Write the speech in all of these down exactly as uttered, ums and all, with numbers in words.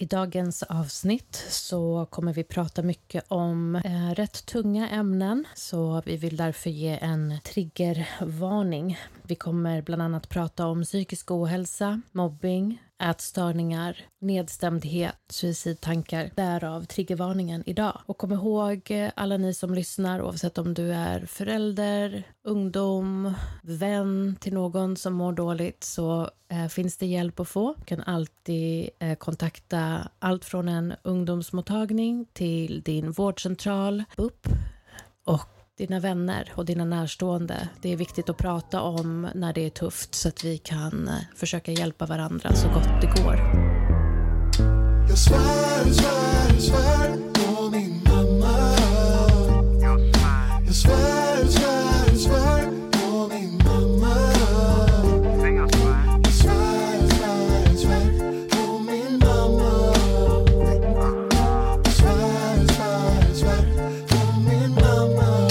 I dagens avsnitt så kommer vi prata mycket om eh, rätt tunga ämnen, så vi vill därför ge en triggervarning. Vi kommer bland annat prata om psykisk ohälsa, mobbing, ätstörningar, nedstämdhet, suicidtankar. Därav triggervarningen idag. Och kom ihåg alla ni som lyssnar, oavsett om du är förälder, ungdom, vän till någon som mår dåligt, så eh, finns det hjälp att få. Du kan alltid eh, kontakta allt från en ungdomsmottagning till din vårdcentral, B U P, och dina vänner och dina närstående. Det är viktigt att prata om när det är tufft, så att vi kan försöka hjälpa varandra så gott det går. Jag svär, svär, svär på min mamma. Jag svär, svär, svär på min mamma. Jag svär, svär, svär på min mamma. Jag svär, svär, svär på min mamma.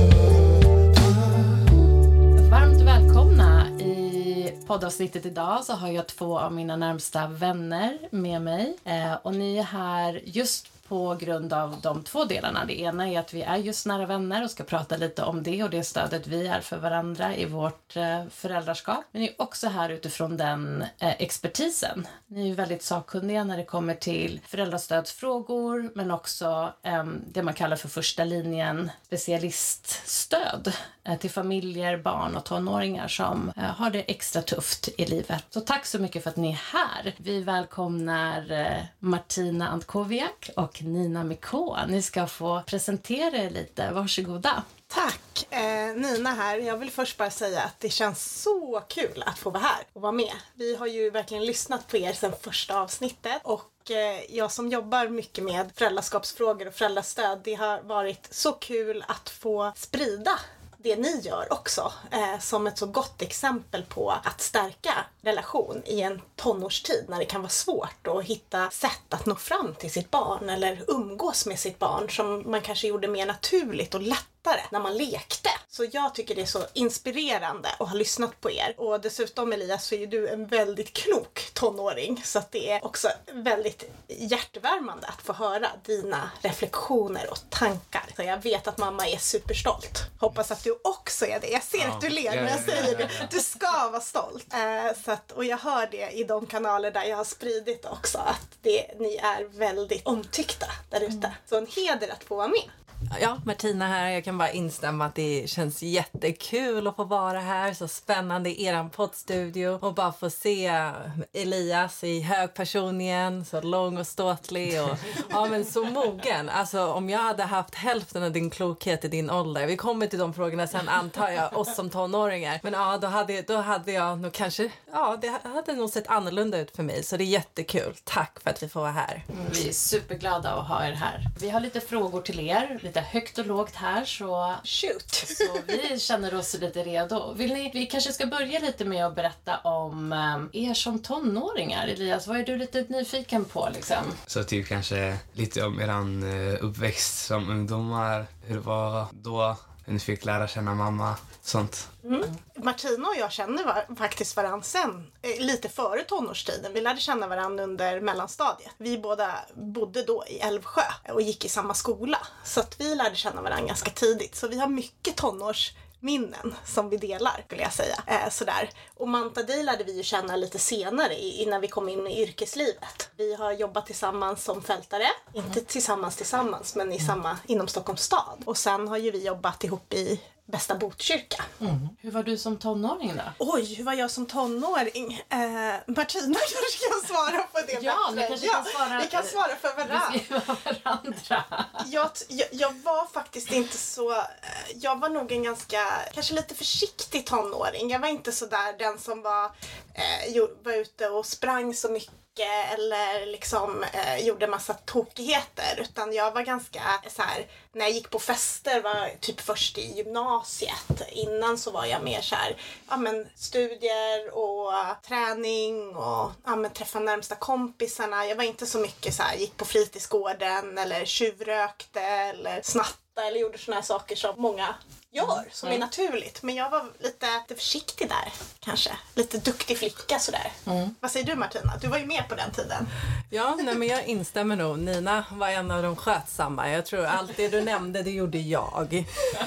Varmt välkomna. I poddavsnittet idag så har jag två av mina närmsta vänner med mig. Eh, och ni är här just på grund av de två delarna. Det ena är att vi är just nära vänner och ska prata lite om det och det stödet vi är för varandra i vårt eh, föräldraskap. Men ni är också här utifrån den eh, expertisen. Ni är väldigt sakkunniga när det kommer till föräldrastödsfrågor, men också eh, det man kallar för första linjen specialiststöd eh, till familjer, barn och tonåringar som eh, har det extra tufft i livet. Så tack så mycket för att ni är här. Vi välkomnar eh, Martina Antkowiak och Nina Mikko. Ni ska få presentera er lite. Varsågoda. Tack, eh, Nina här. Jag vill först bara säga att det känns så kul att få vara här och vara med. Vi har ju verkligen lyssnat på er sedan första avsnittet, och eh, jag som jobbar mycket med föräldraskapsfrågor och föräldrastöd, det har varit så kul att få sprida det ni gör också, eh, som ett så gott exempel på att stärka relation i en tonårstid när det kan vara svårt att hitta sätt att nå fram till sitt barn eller umgås med sitt barn som man kanske gjorde mer naturligt och lättare när man lekte. Så jag tycker det är så inspirerande att ha lyssnat på er. Och dessutom, Elias, så är du en väldigt klok tonåring, så att det är också väldigt hjärtvärmande att få höra dina reflektioner och tankar. Så jag vet att mamma är superstolt. Hoppas att du också är det. Jag ser ja, att du ler när jag säger det. Du ska vara stolt. Eh, så att, och jag hör det i de kanaler där jag har spridit också, att det, ni är väldigt omtyckta där ute. Mm. Så en heder att få vara med. Ja, Martina här. Jag kan bara instämma att det känns jättekul att få vara här. Så spännande i eran poddstudio. Och bara få se Elias i hög person igen. Så lång och ståtlig. Och, ja, men så mogen. Alltså om jag hade haft hälften av din klokhet i din ålder. Vi kommer till de frågorna sen, antar jag, oss som tonåringar. Men ja, då hade, då hade jag nog kanske, ja, det hade nog sett annorlunda ut för mig. Så det är jättekul. Tack för att vi får vara här. Mm, vi är superglada att ha er här. Vi har lite frågor till er. Lite högt och lågt här, så shoot. Så vi känner oss lite redo. Vill ni, vi kanske ska börja lite med att berätta om eh, er som tonåringar. Elias, vad är du lite nyfiken på liksom? Så typ kanske lite om eran eh, uppväxt som ungdomar, hur det var då, hur ni fick lära känna mamma, sånt. Mm. Martina och jag känner var, faktiskt varandra sen, eh, lite före tonårstiden. Vi lärde känna varandra under mellanstadiet. Vi båda bodde då i Älvsjö och gick i samma skola. Så att vi lärde känna varandra ganska tidigt. Så vi har mycket tonårsminnen som vi delar, skulle jag säga. Eh, sådär. Och Manta, dig lärde vi ju känna lite senare innan vi kom in i yrkeslivet. Vi har jobbat tillsammans som fältare. Inte tillsammans tillsammans, men i samma, inom Stockholms stad. Och sen har ju vi jobbat ihop i Bästa Botkyrka. Mm. Hur var du som tonåring då? Oj, hur var jag som tonåring? Eh, Martina kanske kan svara på det. Ja, ni kanske kan svara. Vi kan svara för varandra. varandra. Jag, jag, jag var faktiskt inte så... Eh, jag var nog en ganska, kanske lite försiktig tonåring. Jag var inte så där den som var, eh, var ute och sprang så mycket eller liksom eh, gjorde massa tokigheter, utan jag var ganska så här, när jag gick på fester var typ först i gymnasiet. Innan så var jag mer så här, ja men studier och träning och ja men träffa närmsta kompisarna. Jag var inte så mycket så här, gick på fritidsgården eller tjuvrökte eller snattade skrattade eller gjorde såna här saker som många gör, som mm. är naturligt. Men jag var lite, lite försiktig där, kanske. Lite duktig flicka sådär. Mm. Vad säger du, Martina? Du var ju med på den tiden. Ja, nej, men jag instämmer nog. Nina var en av de skötsamma. Jag tror allt det du nämnde, det gjorde jag.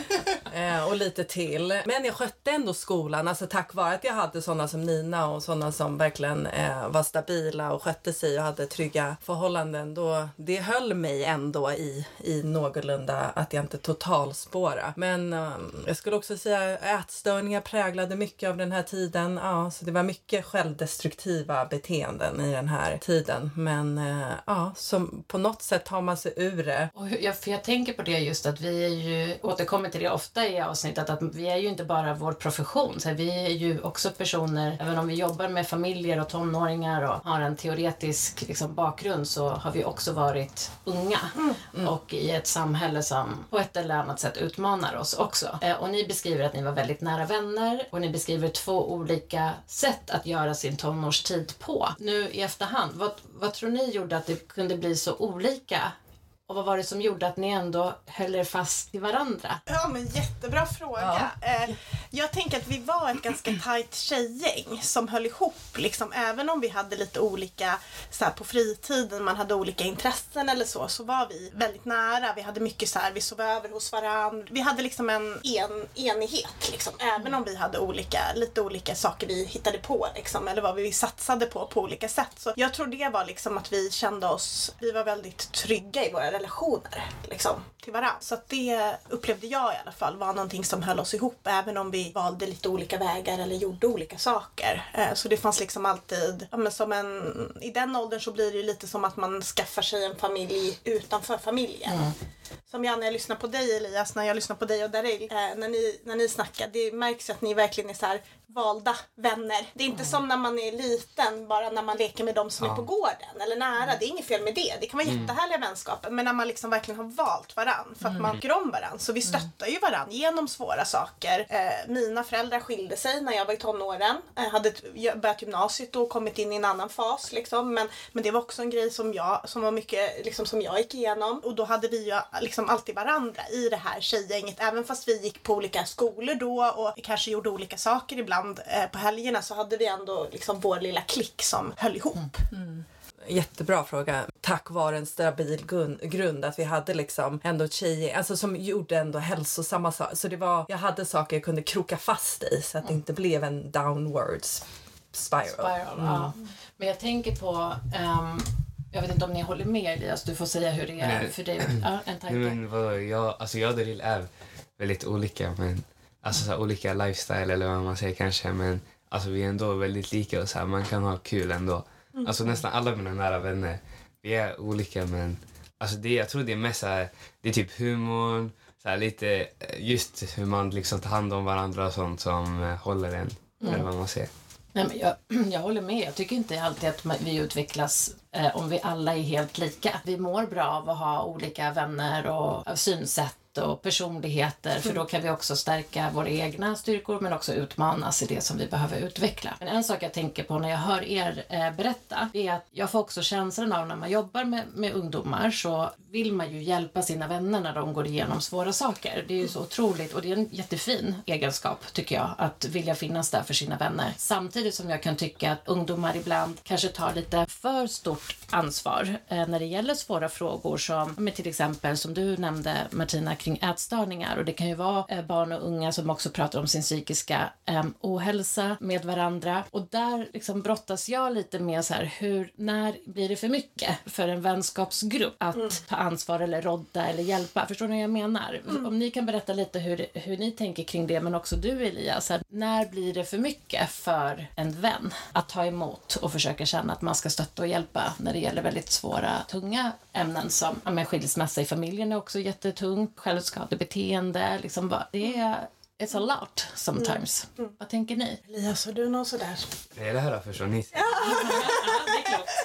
eh, och lite till. Men jag skötte ändå skolan. Alltså tack vare att jag hade sådana som Nina och sådana som verkligen eh, var stabila och skötte sig och hade trygga förhållanden. Då, det höll mig ändå i, i någorlunda att jag inte totalspåra. Men eh, jag skulle också säga ätstörningar präglade mycket av den här tiden. Ja, så det var mycket självdestruktiva beteenden i den här tiden. Men eh, ja, som på något sätt tar man sig ur det. Och jag, för jag tänker på det just att vi är ju, återkommer till det ofta i avsnittet, att vi är ju inte bara vår profession. Så vi är ju också personer, även om vi jobbar med familjer och tonåringar och har en teoretisk liksom, bakgrund, så har vi också varit unga. Mm. Mm. Och i ett samhälle som på ett eller annat sätt utmanar oss också. Och ni beskriver att ni var väldigt nära vänner och ni beskriver två olika sätt att göra sin tonårstid på. Nu i efterhand, vad, vad tror ni gjorde att det kunde bli så olika? Och vad var det som gjorde att ni ändå höll er fast i varandra? Ja, men jättebra fråga. Ja. Eh, jag tänker att vi var ett ganska tajt tjejgäng som höll ihop. Liksom, även om vi hade lite olika, så här, på fritiden, man hade olika intressen eller så, så var vi väldigt nära. Vi hade mycket så här, vi sov över hos varandra. Vi hade liksom en, en enighet, liksom, även om vi hade olika, lite olika saker vi hittade på, liksom, eller vad vi satsade på på olika sätt. Så jag tror det var liksom att vi kände oss, vi var väldigt trygga i våra relationer liksom, till varandra. Så att det upplevde jag i alla fall var någonting som höll oss ihop, även om vi valde lite olika vägar eller gjorde olika saker. Så det fanns liksom alltid, ja, men som en, i den åldern så blir det ju lite som att man skaffar sig en familj utanför familjen. Mm. Som jag när jag lyssnar på dig, Elias, när jag lyssnar på dig och Daryl, eh, när, ni, när ni snackar, det märks att ni verkligen är så här valda vänner. Det är inte mm. som när man är liten, bara när man leker med dem som ja. är på gården eller nära. Det är inget fel med det. Det kan vara mm. jättehärliga vänskaper, men när man liksom verkligen har valt varann för att mm. man tycker om varann. Så vi stöttar ju varann genom svåra saker. Eh, mina föräldrar skilde sig när jag var i tonåren. Jag hade börjat gymnasiet och kommit in i en annan fas liksom. Men, men det var också en grej som jag, som var mycket liksom, som jag gick igenom. Och då hade vi ju liksom alltid varandra i det här tjejgänget. Även fast vi gick på olika skolor då och kanske gjorde olika saker ibland eh, på helgerna, så hade vi ändå liksom vår lilla klick som höll ihop. Mm. Jättebra fråga. Tack vare en stabil grund att vi hade liksom ändå tjejer, alltså som gjorde ändå hälsosamma saker. Så det var, jag hade saker jag kunde kroka fast i så att det inte blev en downwards spiral. spiral mm. ja. Men jag tänker på um, jag vet inte om ni håller med, Elias, du får säga hur det är Nej. för dig. Ja, en tanke. Men vad, jag, alltså jag och Daryl är väldigt olika, men alltså så här, olika lifestyle eller vad man säger kanske, men alltså vi är ändå väldigt lika och så här, man kan ha kul ändå. Mm. Alltså nästan alla mina nära vänner, vi är olika, men alltså det, jag tror det är mest så här, det är typ humor, så här, lite just hur man liksom tar hand om varandra och sånt som håller en, mm. eller vad man säger. Nej, men jag, jag håller med. Jag tycker inte alltid att vi utvecklas eh, om vi alla är helt lika. Vi mår bra av att ha olika vänner och synsätt och personligheter, för då kan vi också stärka våra egna styrkor men också utmanas i det som vi behöver utveckla. Men en sak jag tänker på när jag hör er eh, berätta är att jag får också känslan av när man jobbar med, med ungdomar, så vill man ju hjälpa sina vänner när de går igenom svåra saker. Det är ju så otroligt, och det är en jättefin egenskap tycker jag, att vilja finnas där för sina vänner. Samtidigt som jag kan tycka att ungdomar ibland kanske tar lite för stort ansvar eh, när det gäller svåra frågor som med till exempel som du nämnde, Martina, kring ätstörningar, och det kan ju vara eh, barn och unga som också pratar om sin psykiska eh, ohälsa med varandra, och där liksom brottas jag lite med så här, hur, när blir det för mycket för en vänskapsgrupp att mm. ta ansvar eller rodda eller hjälpa? Förstår ni vad jag menar? Mm. Om ni kan berätta lite hur, hur ni tänker kring det, men också du, Elias, här, när blir det för mycket för en vän att ta emot och försöka känna att man ska stötta och hjälpa när det gäller väldigt svåra, tunga ämnen som ja, men skilsmässa i familjen är också jättetung, självskadebeteende, liksom, det är it's a lot sometimes. Mm. Mm. Vad tänker ni? Elias, har du någon sådär? Nej, det här förstår ni. Ja, det är klart.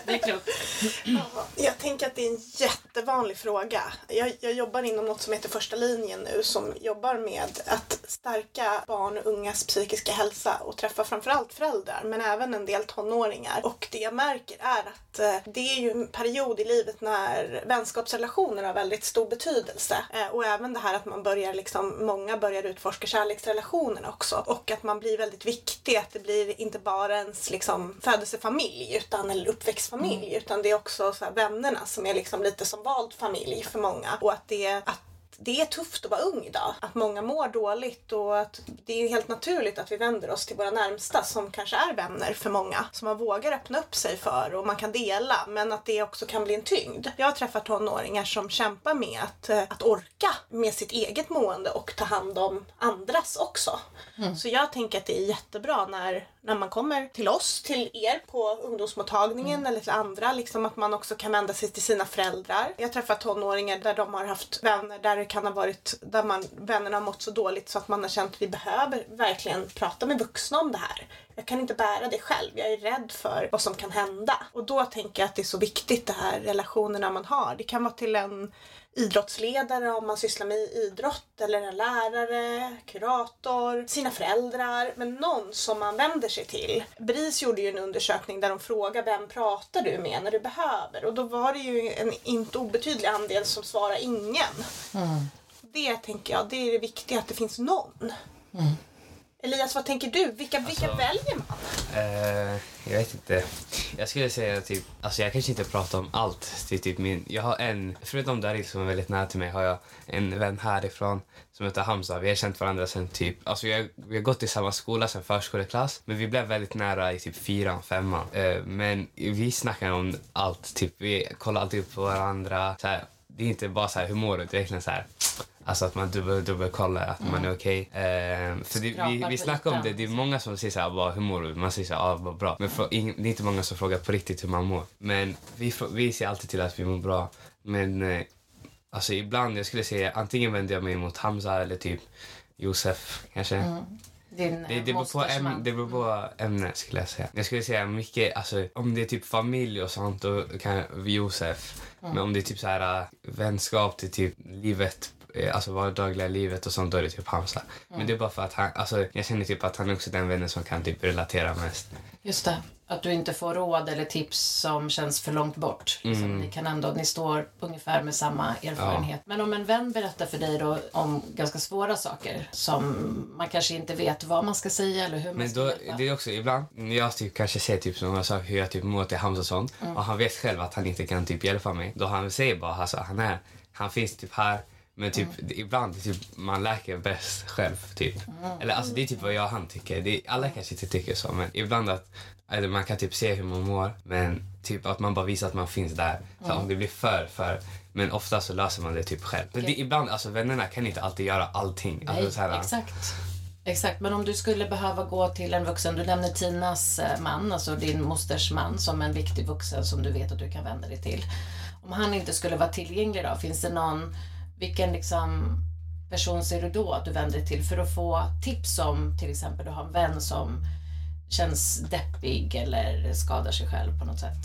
Det är klokt. Ja, jag tänker att det är en jättevanlig fråga. Jag, jag jobbar inom något som heter Första linjen nu, som jobbar med att stärka barn och ungas psykiska hälsa och träffa framförallt föräldrar, men även en del tonåringar. Och det jag märker är att eh, det är ju en period i livet när vänskapsrelationer har väldigt stor betydelse. Eh, och även det här att man börjar liksom, många börjar utforska kärleksrelationerna också. Och att man blir väldigt viktig, att det blir inte bara ens liksom födelsefamilj utan, eller uppväxtfamilj, mm. utan det är också så här, vännerna som är liksom lite som vald familj för många. Och att det, att det är tufft att vara ung idag. Att många mår dåligt och att det är helt naturligt att vi vänder oss till våra närmsta som kanske är vänner för många. Som man vågar öppna upp sig för och man kan dela, men att det också kan bli en tyngd. Jag har träffat tonåringar som kämpar med att, att orka med sitt eget mående och ta hand om andras också. Mm. Så jag tänker att det är jättebra när, när man kommer till oss, till er på ungdomsmottagningen mm. eller till andra, liksom att man också kan vända sig till sina föräldrar. Jag har träffat tonåringar där de har haft vänner där det kan ha varit, där man, vännerna har mått så dåligt så att man har känt att vi behöver verkligen prata med vuxna om det här. Jag kan inte bära det själv, jag är rädd för vad som kan hända. Och då tänker jag att det är så viktigt det här relationerna man har. Det kan vara till en idrottsledare om man sysslar med idrott, eller en lärare, kurator, sina föräldrar, men någon som man vänder sig till. BRIS gjorde ju en undersökning där de frågade vem pratar du med när du behöver, och då var det ju en inte obetydlig andel som svarar ingen. Mm. Det tänker jag, det är det viktiga, att det finns någon. Mm. Elias, vad tänker du? Vilka, alltså, vilka väljer man? Eh, jag vet inte. Jag skulle säga typ, alltså jag kanske inte pratar om allt till typ min, jag har en, förutom Daryl som är väldigt nära till mig, har jag en vän härifrån som heter Hamza. Vi har känt varandra sen typ, alltså vi har, vi har gått i samma skola sen förskoleklass, men vi blev väldigt nära i typ fyran, femman. Eh, men vi snackar om allt, typ vi kollar alltid upp på varandra, så här, det är inte bara så här humor, det är verkligen så här. Alltså att man dubbel, dubbelkollar att mm. man är okej. Okay. Eh, för det, vi, vi snackar om det. Det är många som säger såhär, vad hur mår du? Man säger såhär, ja vad bra. Men för, det är inte många som frågar på riktigt hur man mår. Men vi, vi ser alltid till att vi mår bra. Men eh, alltså ibland, jag skulle säga, antingen vänder jag mig mot Hamza eller typ Josef kanske. Mm. Din, det, det, beror på äm, det beror på ämne skulle jag säga. Jag skulle säga mycket, alltså om det är typ familj och sånt, då kan vi Josef. Mm. Men om det är typ så här vänskap till typ livet, alltså vardagliga livet och sånt, då är det typ Hamza. Mm. Men det är bara för att han, alltså jag känner typ att han är också den vännen som kan typ relatera mest. Just det, att du inte får råd eller tips som känns för långt bort. Mm. Liksom, ni kan ändå, ni står ungefär med samma erfarenhet. Ja. Men om en vän berättar för dig då om ganska svåra saker som man kanske inte vet vad man ska säga eller hur man men ska då, hjälpa. det är också ibland, jag typ kanske säger typ som jag sa, hur jag typ mår till Hamza och sånt. Mm. Och han vet själv att han inte kan typ hjälpa mig. Då han säger bara, alltså, han är, han finns typ här. Men typ, mm. ibland typ, man läker bäst själv typ. Mm. Eller alltså det är typ vad jag och han tycker. Det är, alla kanske inte tycker så, men ibland att eller, man kan typ se hur man mår. Men typ att man bara visar att man finns där. Så mm. om det blir för, för. Men ofta så löser man det typ själv. Okay. Det, ibland, alltså vännerna kan inte alltid göra allting. Nej, alltså, så här, exakt. Exakt, men om du skulle behöva gå till en vuxen, du nämner Tinas man, alltså din mosters man, som en viktig vuxen som du vet att du kan vända dig till. Om han inte skulle vara tillgänglig då, finns det någon, vilken liksom person ser du då att du vänder dig till för att få tips om till exempel du har en vän som känns deppig eller skadar sig själv på något sätt?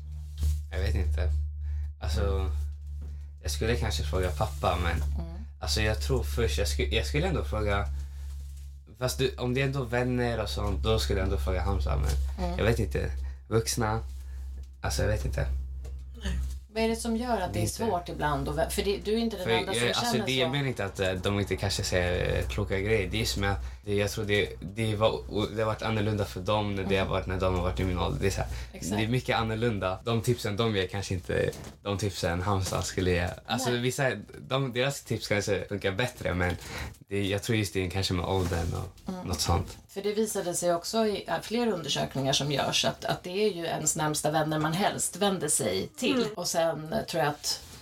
Jag vet inte. Alltså, jag skulle kanske fråga pappa, men mm. alltså jag tror först, jag skulle, jag skulle ändå fråga, fast du, om det är ändå vänner och sånt, då skulle jag ändå fråga Hamza, men mm. jag vet inte, vuxna, alltså jag vet inte. Vad är det som gör att det är svårt ibland? Och, för det, du är inte den för, enda som alltså, känner det, så. Jag menar inte att de inte kanske säger kloka grejer. Det är som jag, det, jag tror det, det, var, det har varit annorlunda för dem när det har varit när de har varit i min ålder. Det är, så här, det är mycket annorlunda. De tipsen de ger kanske inte de tipsen Hamza skulle ge. Alltså, vissa, de, deras tips kanske funkar bättre, men det, jag tror just det är kanske med åldern och mm. något sånt. För det visade sig också i fler undersökningar som görs att, att det är ju ens närmsta vänner man helst vänder sig till. Mm. Och sen tror jag att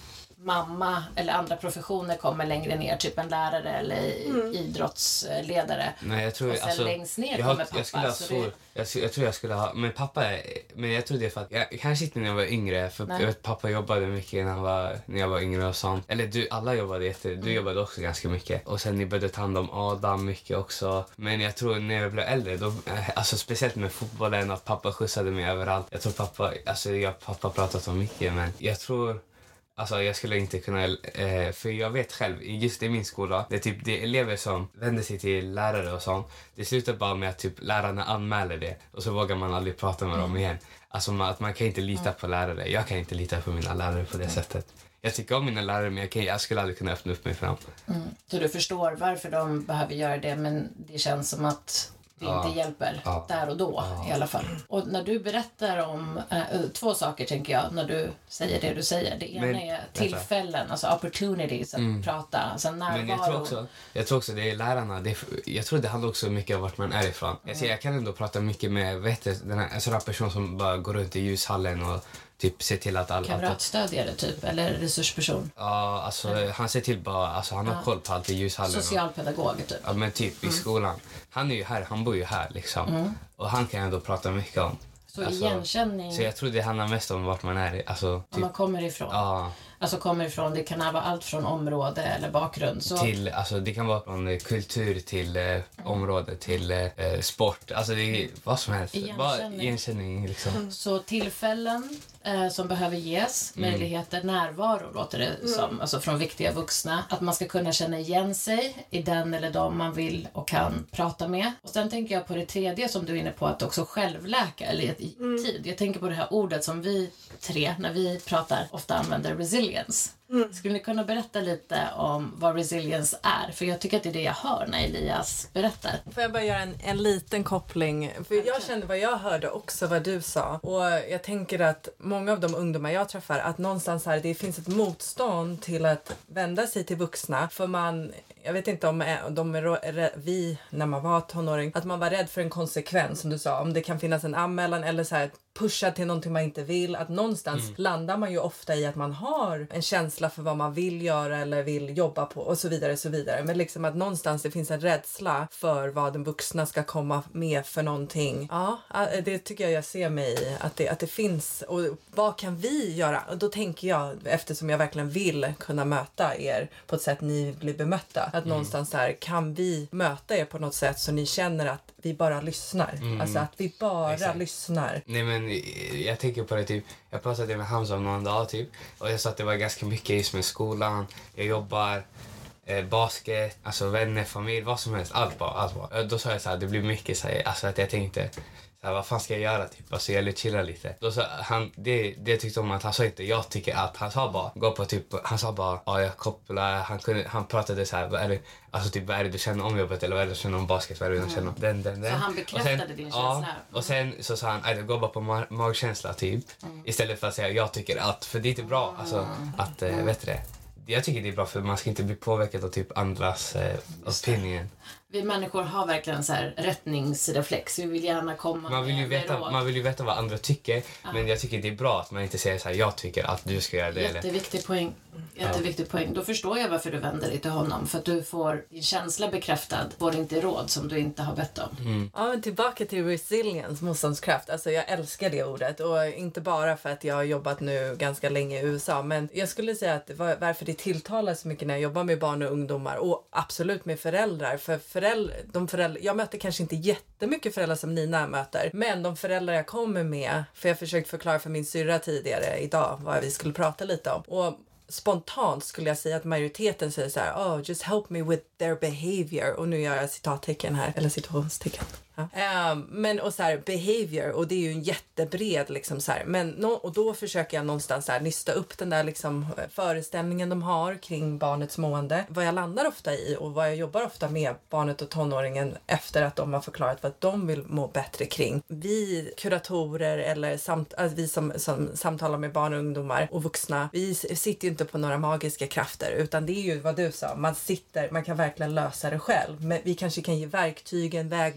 mamma eller andra professioner kommer längre ner, typ en lärare eller mm. idrottsledare. Nej, jag tror, och sen alltså, längst ner jag, kommer pappa. Jag, skulle ha så så, det... jag, jag tror jag skulle ha, men pappa, men jag tror det är för att, jag, kanske inte när jag var yngre, för jag vet, pappa jobbade mycket när, han var, när jag var yngre och sånt. Eller du, alla jobbade jätte, du mm. jobbade också ganska mycket. Och sen ni började ta hand om Adam mycket också. Men jag tror när jag blev äldre, då, alltså speciellt med fotbollen, att pappa skjutsade mig överallt. Jag tror pappa, alltså jag pappa pratat om mycket, men jag tror alltså jag skulle inte kunna, eh, för jag vet själv, just i min skola, det är typ det är elever som vänder sig till lärare och sånt. Det slutar bara med att typ lärarna anmäler det och så vågar man aldrig prata med mm. dem igen. Alltså man, att man kan inte lita mm. på lärare. Jag kan inte lita på mina lärare på det mm. sättet. Jag tycker om mina lärare, men jag, kan, jag skulle aldrig kunna öppna upp mig för dem. Mm. Så du förstår varför de behöver göra det, men det känns som att det ja. inte hjälper ja. där och då ja. i alla fall. Och när du berättar om äh, två saker tänker jag när du säger det du säger. Det ena men, är tillfällen, alltså opportunities att mm. prata, alltså närvaro. Men jag tror också, jag tror också det är lärarna. Det är, jag tror det handlar också mycket om vart man är ifrån. Mm. Jag, ser, jag kan ändå prata mycket med vet du, den här, en sån här person som bara går runt i ljushallen och typ se till att alla... Kamratstödjare typ, eller resursperson? Ja, alltså eller? han ser till bara, alltså han har ja. koll på allt i ljushallen. Socialpedagog typ? Ja, men typ mm. i skolan. Han är ju här, han bor ju här liksom. Mm. Och han kan ändå prata mycket om. Så alltså, igenkänning... Så jag tror det handlar mest om vart man är. Alltså, typ, om man kommer ifrån. Ja. Alltså kommer ifrån, det kan vara allt från område eller bakgrund. Så... Till, alltså det kan vara från kultur till eh, område till eh, sport. Alltså det är vad som helst. Igenkänning. Bara igenkänning liksom. Mm. Så tillfällen eh, som behöver ges, mm. möjligheter, närvaro låter det mm. som, alltså från viktiga vuxna. Att man ska kunna känna igen sig i den eller de man vill och kan prata med. Och sen tänker jag på det tredje som du är inne på, att också självläka eller i mm. tid. Jag tänker på det här ordet som vi tre, när vi pratar, ofta använder resilience. Mm. Skulle ni kunna berätta lite om vad resilience är? För jag tycker att det är det jag hör när Elias berättar. Får jag bara göra en, en liten koppling? För jag kände vad jag hörde också vad du sa. Och jag tänker att många av de ungdomar jag träffar, att någonstans här det finns ett motstånd till att vända sig till vuxna. För man... Jag vet inte om de är, vi, när man var tonåring, att man var rädd för en konsekvens, som du sa. Om det kan finnas en anmälan eller så här pusha till någonting man inte vill. Att någonstans mm. landar man ju ofta i att man har en känsla för vad man vill göra eller vill jobba på och så vidare, så vidare. Men liksom att någonstans det finns en rädsla för vad den vuxna ska komma med för någonting. Ja, det tycker jag jag ser mig i. Att det, att det finns. Och vad kan vi göra? Och då tänker jag, eftersom jag verkligen vill kunna möta er på ett sätt ni blir bemötta. Att mm. någonstans här, kan vi möta er på något sätt så ni känner att vi bara lyssnar. Mm. Alltså att vi bara Exakt. lyssnar. Nej, men jag tänker på det typ, jag pratade med Hamza om någon dag typ, och jag sa att det var ganska mycket just med skolan, jag jobbar, eh, basket, alltså vänner, familj, vad som helst, allt bara, allt bara. Då sa jag så här, det blir mycket så här, alltså att jag tänkte så här, vad fan ska jag göra typ, alltså jag vill chilla lite. Då sa han, det, det tyckte om att han sa inte, jag tycker att, han sa bara, gå på typ, han sa bara, ja jag kopplar, han kunde, han pratade så här, vad är det, alltså typ vad är det du känner om jobbet eller vad är det du känner om basket, vad är det du känner om den, den, den. Så han bekräftade sen, din känsla? Ja, och sen så sa han, nej gå bara på mag- magkänsla typ, mm. istället för att säga, jag tycker att, för det är inte bra, alltså att, mm. vet du det. Jag tycker det är bra för man ska inte bli påverkad av typ andras eh, opinion. Vi människor har verkligen så här rättningsreflex. Vi vill gärna komma man vill ju med veta, råd. Man vill ju veta vad andra tycker. Ja. Men jag tycker det är bra att man inte säger så här, jag tycker att du ska göra det. Jätteviktig eller... poäng. Jätteviktig ja. poäng. Då förstår jag varför du vänder dig till honom. För att du får din känsla bekräftad. Får inte råd som du inte har bett om. Mm. Ja, men tillbaka till resilience, motståndskraft. Alltså jag älskar det ordet. Och inte bara för att jag har jobbat nu ganska länge i U S A. Men jag skulle säga att var, varför det tilltalar så mycket när jag jobbar med barn och ungdomar. Och absolut med föräldrar. För föräldrar, de föräldrar jag möter kanske inte jättemycket föräldrar som Nina möter. Men de föräldrar jag kommer med. För jag försökt förklara för min syrra tidigare idag vad vi skulle prata lite om. Och spontant skulle jag säga att majoriteten säger så här, oh, just help me with their behavior. Och nu gör jag citattecken här, eller situationstecken. Ja. Um, men och så här, behavior, och det är ju en jättebred liksom så här, men no, och då försöker jag någonstans så här nysta upp den där liksom föreställningen de har kring barnets mående. Vad jag landar ofta i och vad jag jobbar ofta med barnet och tonåringen efter att de har förklarat vad de vill må bättre kring. Vi kuratorer eller samt, alltså vi som, som samtalar med barn och ungdomar och vuxna, vi sitter ju inte på några magiska krafter, utan det är ju vad du sa, man sitter, man kan verkligen lösa det själv, men vi kanske kan ge verktygen, vägledning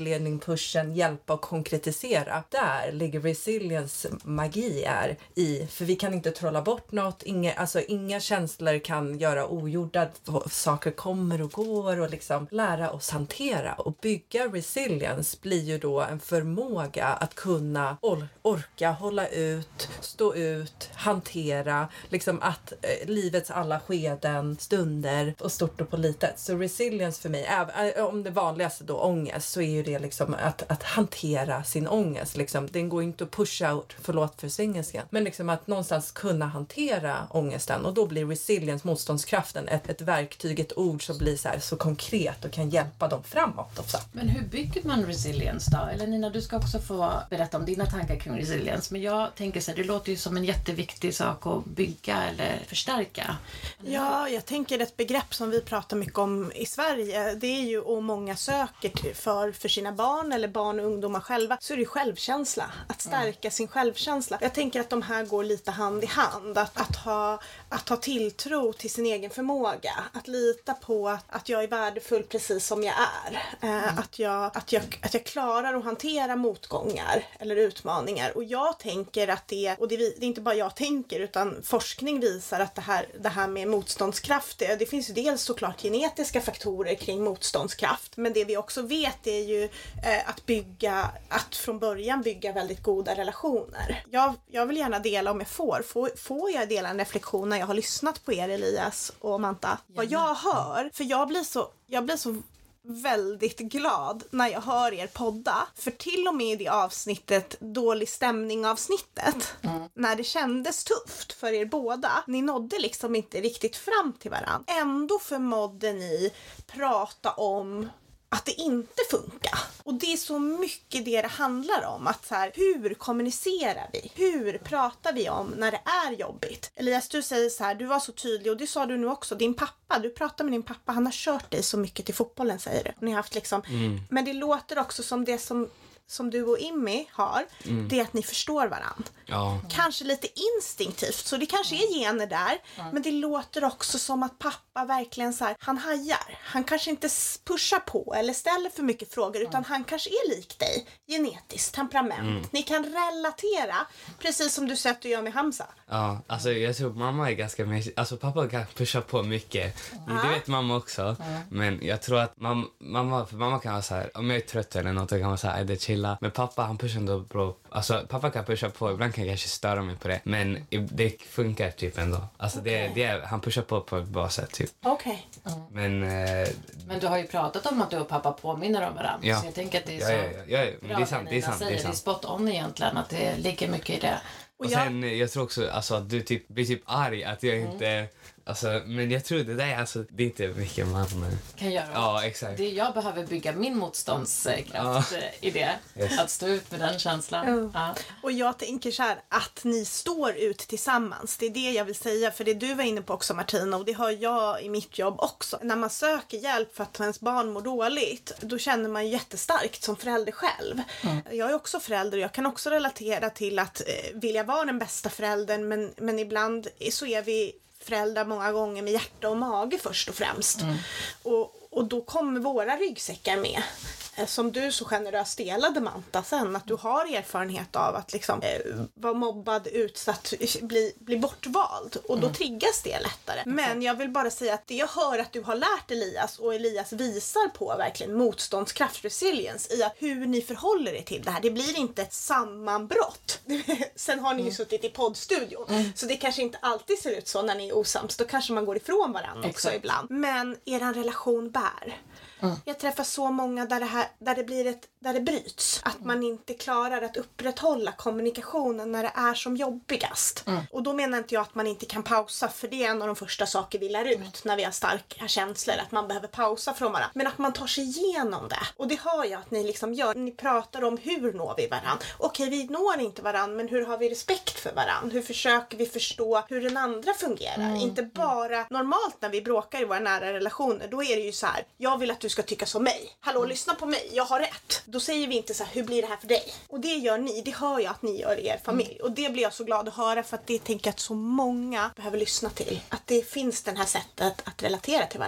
pushen, hjälpa och konkretisera. Där ligger resilience magi är i. För vi kan inte trolla bort något. Inga, alltså, inga känslor kan göra ogjorda. Saker kommer och går och liksom lära oss hantera. Och bygga resilience blir ju då en förmåga att kunna or- orka, hålla ut, stå ut, hantera. Liksom att eh, livets alla skeden, stunder och stort och på litet. Så resilience för mig, även om det vanligaste då ångest, så är ju det liksom att, att hantera sin ångest. Liksom. Den går inte att pusha out, förlåt för svengelskan. Men liksom att någonstans kunna hantera ångesten. Och då blir resilience, motståndskraften, ett, ett verktyg, ett ord som blir så här så konkret och kan hjälpa dem framåt också. Men hur bygger man resilience då? Eller Nina, du ska också få berätta om dina tankar kring resilience. Men jag tänker så här, det låter ju som en jätteviktig sak att bygga eller förstärka. Ja, jag tänker ett begrepp som vi pratar mycket om i Sverige, det är ju, och många söker för, för sina barn eller barn och ungdomar själva, så är det ju självkänsla. Att stärka mm. sin självkänsla. Jag tänker att de här går lite hand i hand. Att, att, ha, att ha tilltro till sin egen förmåga. Att lita på att, att jag är värdefull precis som jag är. Mm. Eh, att, jag, att, jag, att jag klarar att hantera motgångar eller utmaningar. Och jag tänker att det, och det, det är inte bara jag tänker, utan forskning visar att det här, det här med motståndskraft, det, det finns ju dels såklart genetiska faktorer kring motståndskraft, men det vi också vet är ju eh, att bygga, att från början bygga väldigt goda relationer. Jag, jag vill gärna dela, om jag får, får, får jag dela en reflektion när jag har lyssnat på er, Elias och Manta, vad jag hör, för jag blir så, jag blir så väldigt glad när jag hör er podda. För till och med i det avsnittet, dålig stämning avsnittet, mm. när det kändes tufft för er båda, ni nådde liksom inte riktigt fram till varandra. Ändå förmådde ni prata om att det inte funkar. Och det är så mycket det det handlar om. Att så här, hur kommunicerar vi? Hur pratar vi om när det är jobbigt? Elias, du säger så här, du var så tydlig, och det sa du nu också, din pappa, du pratar med din pappa, han har kört dig så mycket till fotbollen, säger du. Ni har haft liksom, mm. men det låter också som det som som du och Immi har, mm. det är att ni förstår varandra. Ja. Kanske lite instinktivt, så det kanske är gener där, mm. men det låter också som att pappa verkligen så här, han hajar. Han kanske inte pushar på eller ställer för mycket frågor, utan mm. han kanske är lik dig, genetiskt, temperament. Mm. Ni kan relatera, precis som du säger att du gör med Hamza. Ja, alltså jag tror mamma är ganska mer, alltså pappa kan pusha på mycket. Mm. Det vet mamma också, mm. men jag tror att mamma, mamma, för mamma kan vara så här, om jag är trött eller något, så kan man säga, är det chill. Men pappa, han pushar ändå bra. Alltså pappa kan pusha på, ibland kan jag kanske störa mig på det, men det funkar typ ändå. Alltså okay. det, det är, han pushar på på ett bra sätt typ. Okej. Okay. Mm. Men eh, men du har ju pratat om att du och pappa påminner om varandra. Ja. Så jag tänker att det är så ja, ja, ja, ja. Men det är sant, det är sant, säger, det är sant. Det är spot on egentligen, att det ligger mycket i det. Och, och sen jag... jag tror också alltså, att du typ blir typ arg att jag mm. inte. Alltså, men jag tror det där, alltså, det är inte mycket man kan göra. Ja, exakt. Det jag behöver bygga min motståndskraft ja. i det. Yes. Att stå ut med den känslan. Mm. Ja. Och jag tänker så här, att ni står ut tillsammans. Det är det jag vill säga. För det du var inne på också, Martina, och det har jag i mitt jobb också. När man söker hjälp för att ens barn mår dåligt, då känner man jättestarkt som förälder själv. Mm. Jag är också förälder och jag kan också relatera till att eh, vilja vara den bästa föräldern, men, men ibland så är vi föräldrar många gånger med hjärta och mage först och främst. Mm. Och, och då kommer våra ryggsäckar med. Som du så generöst delade, Manta, sen att du har erfarenhet av att liksom eh, vara mobbad, utsatt, bli, bli bortvald. Och då mm. triggas det lättare. Men jag vill bara säga att det jag hör att du har lärt Elias, och Elias visar på verkligen motståndskraft, resilience, i att hur ni förhåller er till det här. Det blir inte ett sammanbrott. Sen har ni ju mm. suttit i poddstudion. Mm. Så det kanske inte alltid ser ut så när ni är osams. Då kanske man går ifrån varandra mm. också ibland. Men er relation bär. Mm. Jag träffar så många där det, här, där det blir ett, där det bryts. Att man inte klarar att upprätthålla kommunikationen när det är som jobbigast. Mm. Och då menar inte jag att man inte kan pausa, för det är en av de första saker vi lär ut mm. när vi har starka känslor, att man behöver pausa från varandra. Men att man tar sig igenom det. Och det hör jag att ni liksom gör. Ni pratar om hur når vi varandra. Okej, vi når inte varandra, men hur har vi respekt för varandra? Hur försöker vi förstå hur den andra fungerar? Mm. Inte bara normalt när vi bråkar i våra nära relationer. Då är det ju så här, jag vill att du ska tycka som mig. Hallå, mm. lyssna på mig. Jag har rätt. Då säger vi inte så här, hur blir det här för dig? Och det gör ni. Det hör jag att ni gör i er familj. Mm. Och det blir jag så glad att höra, för att det tänker jag att så många behöver lyssna till. Att det finns det här sättet att relatera till varandra.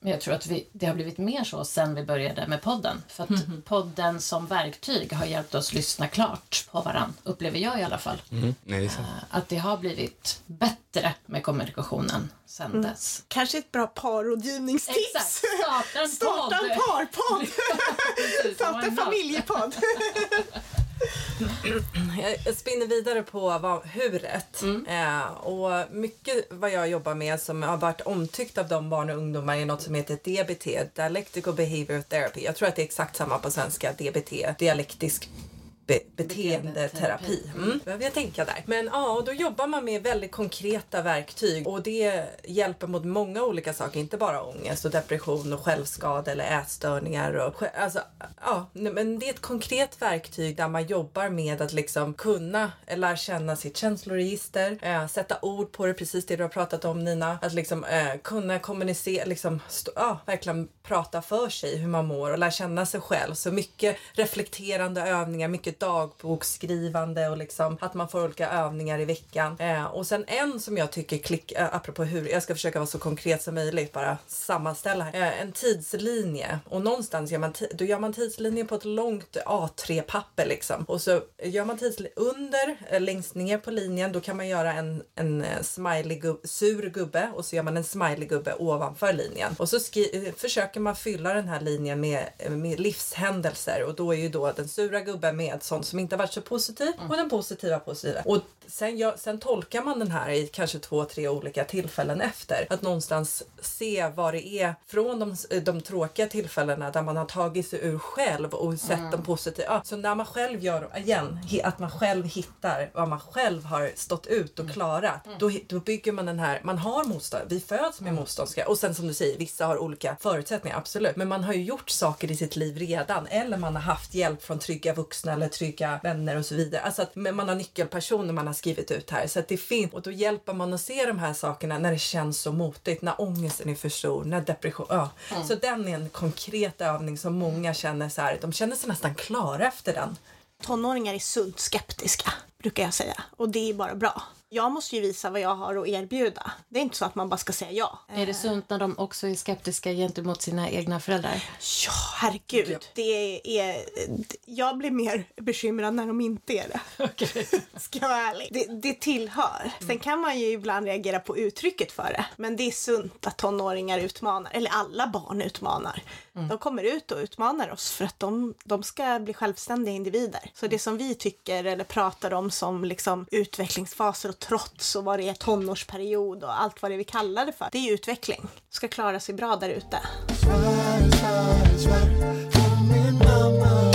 Men jag tror att vi, det har blivit mer så sen vi började med podden. För att mm. podden som verktyg har hjälpt oss lyssna klart på varann. Upplever jag i alla fall. Mm. Nej, det är sant. Att det har blivit bättre med kommunikationen sen mm. dess. Kanske ett bra parrådgivningstips. Exakt. Starta en Starta en parpodd. Starta en familjepodd. Jag spinner vidare på vad, huret. Mm. Eh, och mycket vad jag jobbar med som har varit omtyckt av de barn och ungdomar är något som heter D B T, Dialectical Behavior Therapy. Jag tror att det är exakt samma på svenska, D B T, dialektisk Be- beteendeterapi. Mm. Jag vill tänka där. Men ja, då jobbar man med väldigt konkreta verktyg och det hjälper mot många olika saker, inte bara ångest och depression och självskada eller ätstörningar och alltså ja, men det är ett konkret verktyg där man jobbar med att liksom kunna lära känna sitt känsloregister, äh, sätta ord på det, precis det du har pratat om, Nina, att liksom äh, kunna kommunicera, liksom stå, ja, verkligen prata för sig hur man mår och lära känna sig själv. Så mycket reflekterande övningar, mycket dagboksskrivande och liksom att man får olika övningar i veckan. Eh, och sen en som jag tycker klick, eh, apropå hur, jag ska försöka vara så konkret som möjligt, bara sammanställa här. Eh, en tidslinje. Och någonstans gör man, t- då gör man tidslinjen på ett långt A tre papper liksom. Och så gör man tidslinjen under, eh, längst ner på linjen, då kan man göra en, en smiley gub- sur gubbe och så gör man en smiley gubbe ovanför linjen. Och så skri- eh, försöker man fylla den här linjen med, med livshändelser och då är ju då den sura gubben med sånt som inte har varit så positivt och den positiva positiva. Och sen, ja, sen tolkar man den här i kanske två, tre olika tillfällen efter. Att någonstans se vad det är från de, de tråkiga tillfällena där man har tagit sig ur själv och sett mm. de positiva. Ja, så när man själv gör, igen, att man själv hittar vad man själv har stått ut och klarat. Mm. Då, då bygger man den här, man har motstånd, vi föds med motståndska. Och sen som du säger, vissa har olika förutsättningar, absolut. Men man har ju gjort saker i sitt liv redan. Eller man har haft hjälp från trygga vuxna eller trygga vänner och så vidare. Alltså att man har nyckelpersoner man har skrivit ut här. Så att det finns, och då hjälper man att se de här sakerna när det känns så motigt, när ångesten är för stor, när depression, ja. Mm. Så den är en konkret övning som många känner så här, de känner sig nästan klara efter den. Tonåringar är sunt skeptiska, brukar jag säga. Och det är bara bra. Jag måste ju visa vad jag har att erbjuda. Det är inte så att man bara ska säga ja. Är det sunt när de också är skeptiska gentemot sina egna föräldrar? Ja, herregud. Ja. Det är, jag blir mer bekymrad när de inte är det. Okay. Ska jag vara ärlig. Det, det tillhör. Sen kan man ju ibland reagera på uttrycket för det. Men det är sunt att tonåringar utmanar. Eller alla barn utmanar. Mm. De kommer ut och utmanar oss för att de, de ska bli självständiga individer. Så det som vi tycker eller pratar om som liksom utvecklingsfaser och trots och vad det är tonårsperiod och allt vad det vi kallar det för. Det är utveckling. Ska klara sig bra där ute. Svär, svär, svär på min mamma.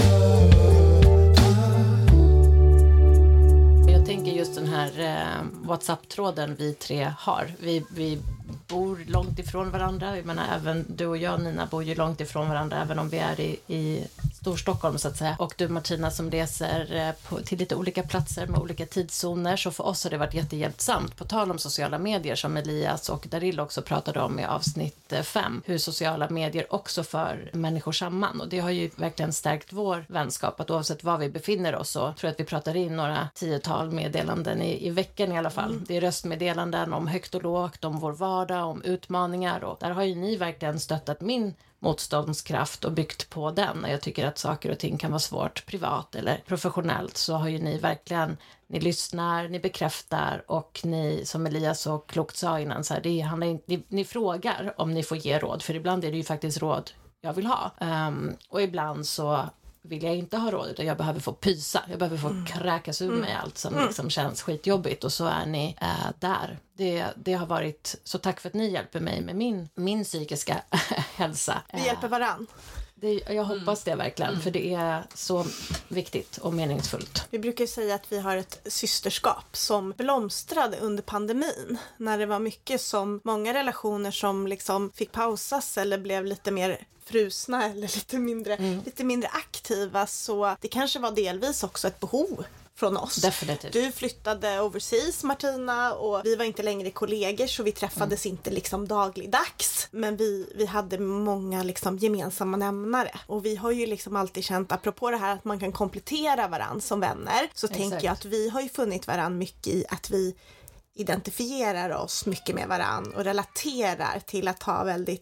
Jag tänker just den här eh, WhatsApp-tråden vi tre har. Vi, vi bor långt ifrån varandra. Jag menar, även du och jag, Nina, bor ju långt ifrån varandra även om vi är i, i Storstockholm så att säga. Och du, Martina, som reser på, till lite olika platser med olika tidszoner. Så för oss har det varit jättehjälpsamt. På tal om sociala medier som Elias och Daril också pratade om i avsnitt fem. Hur sociala medier också för människor samman. Och det har ju verkligen stärkt vår vänskap. Att oavsett var vi befinner oss så tror jag att vi pratar in några tiotal meddelanden i, i veckan i alla fall. Mm. Det är röstmeddelanden om högt och lågt, om vår vardag, om utmaningar. Och där har ju ni verkligen stöttat min motståndskraft och byggt på den. Jag tycker att saker och ting kan vara svårt privat eller professionellt, så har ju ni verkligen, ni lyssnar, ni bekräftar och ni, som Elias så klokt sa innan, så här, det handlar inte, ni, ni frågar om ni får ge råd, för ibland är det ju faktiskt råd jag vill ha. Um, och ibland så vill jag inte ha råd, utan jag behöver få pysa. Jag behöver få mm. kräkas ur mig allt som mm. liksom känns skitjobbigt, och så är ni äh, där. Det, det har varit, så tack för att ni hjälper mig med min, min psykiska hälsa. Vi hjälper varann. Det, jag hoppas det verkligen, mm. för det är så viktigt och meningsfullt. Vi brukar säga att vi har ett systerskap som blomstrade under pandemin. När det var mycket som, många relationer som liksom fick pausas eller blev lite mer frusna eller lite mindre, mm. lite mindre aktiva. Så det kanske var delvis också ett behov från oss. Definitivt. Du flyttade overseas, Martina, och vi var inte längre kollegor, så vi träffades mm. inte liksom dagligdags. Men vi, vi hade många liksom gemensamma nämnare. Och vi har ju liksom alltid känt, apropå det här att man kan komplettera varann som vänner, så Exakt. tänker jag att vi har ju funnit varann mycket i att vi identifierar oss mycket med varann och relaterar till att ha väldigt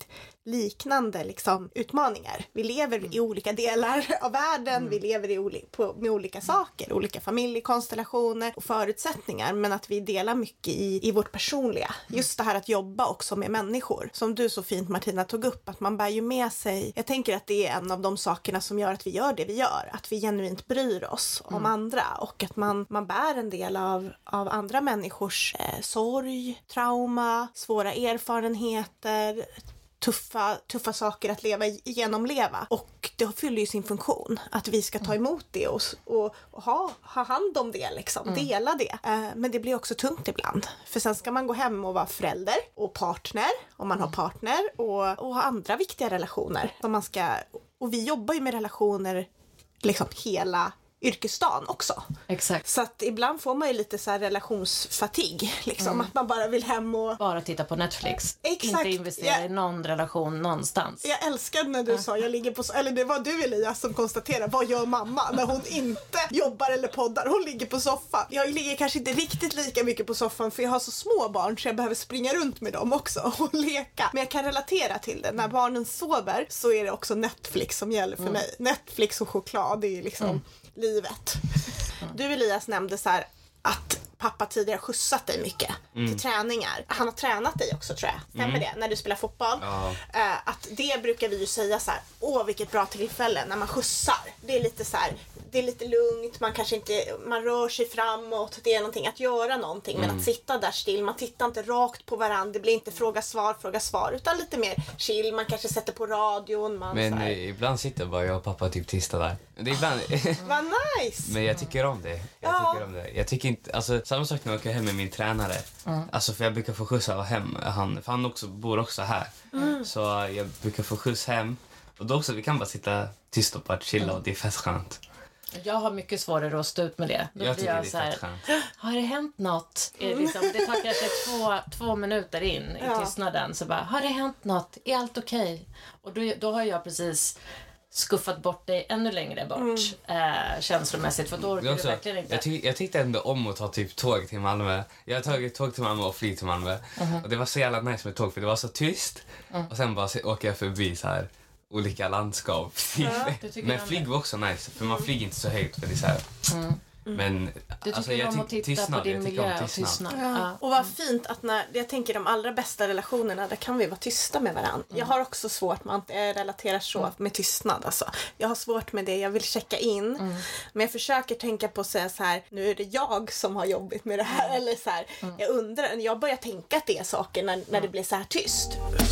liknande liksom, utmaningar. Vi lever i olika delar av världen, mm. vi lever i oli- på, med olika saker, olika familjekonstellationer och förutsättningar, men att vi delar mycket i, i vårt personliga. Just det här att jobba också med människor. Som du så fint, Martina, tog upp, att man bär ju med sig, jag tänker att det är en av de sakerna som gör att vi gör det vi gör, att vi genuint bryr oss om mm. andra, och att man, man bär en del av, av andra människors eh, sorg, trauma, svåra erfarenheter, Tuffa, tuffa saker att leva genomleva, och det fyller ju sin funktion att vi ska ta emot det och, och, och ha, ha hand om det liksom, mm. dela det, eh, men det blir också tungt ibland, för sen ska man gå hem och vara förälder och partner, om man mm. har partner, och, och ha andra viktiga relationer som man ska, och vi jobbar ju med relationer liksom hela yrkesdagen också. Exakt. Så att ibland får man ju lite så här relationsfatig. Liksom, mm. att man bara vill hem och... Bara titta på Netflix. Exakt. Inte investera jag... i någon relation någonstans. Jag älskade när du ja. sa, jag ligger på... Eller det var du, Elias, som konstaterade, vad gör mamma när hon inte jobbar eller poddar? Hon ligger på soffan. Jag ligger kanske inte riktigt lika mycket på soffan, för jag har så små barn så jag behöver springa runt med dem också och leka. Men jag kan relatera till det. När barnen sover så är det också Netflix som gäller för mm. mig. Netflix och choklad, det är liksom... Mm. livet. Du, Elias, nämnde så här att pappa tidigare skjutsat dig mycket mm. till träningar. Han har tränat dig också, tror jag. Stämmer mm. det? När du spelar fotboll. Ja. Uh, att det brukar vi ju säga så här, åh vilket bra tillfälle när man skjutsar. Det är lite så här, det är lite lugnt, man kanske inte, man rör sig framåt, det är någonting att göra någonting, mm. men att sitta där still, man tittar inte rakt på varandra, det blir inte fråga svar, fråga svar, utan lite mer chill, man kanske sätter på radion. Man men så här... ibland sitter bara jag och pappa typ tista där. Det är ibland... Vad nice! Men jag tycker om det. Jag ja. tycker om det. Jag tycker inte, alltså samma sak när jag åker hem med min tränare. Mm. Alltså för jag brukar få skjuts av hem, han, för han också, bor också här. Mm. Så jag brukar få skjuts hem. Och då också, vi kan bara sitta tyst och bara chilla och det är fett skönt. Jag har mycket svårare att stå ut med det. Då jag blir tycker jag det är så här, fett skönt. har det hänt något? Är det liksom, det tar kanske två, två minuter in i ja. tystnaden. Så bara, har det hänt något? Är allt okej? Okay? Och då, då har jag precis skuffat bort dig ännu längre bort mm. äh, känslomässigt. För då orkar du verkligen inte. Jag, ty- jag tyckte ändå om att ta typ tåg till Malmö. Jag har tagit tåg till Malmö och flyg till Malmö. Mm. Och det var så jävla nice med tåg, för det var så tyst. Mm. Och sen bara så åker jag förbi så här olika landskap. Ja, men flyg var också nice, för man flyger inte så högt, för det är så här. Mm. Mm. Men du alltså, tycker jag om att titta tystnad, på din miljö och tystnad. Ja. Ja. Och vad fint att när, jag tänker de allra bästa relationerna, där kan vi vara tysta med varandra. Mm. Jag har också svårt med att relatera så mm. med tystnad. Alltså. Jag har svårt med det, jag vill checka in. Mm. Men jag försöker tänka på att säga så här, nu är det jag som har jobbigt med det här. Mm. Eller så här, mm. jag undrar, jag börjar tänka att det är saker när, när det blir så här tyst.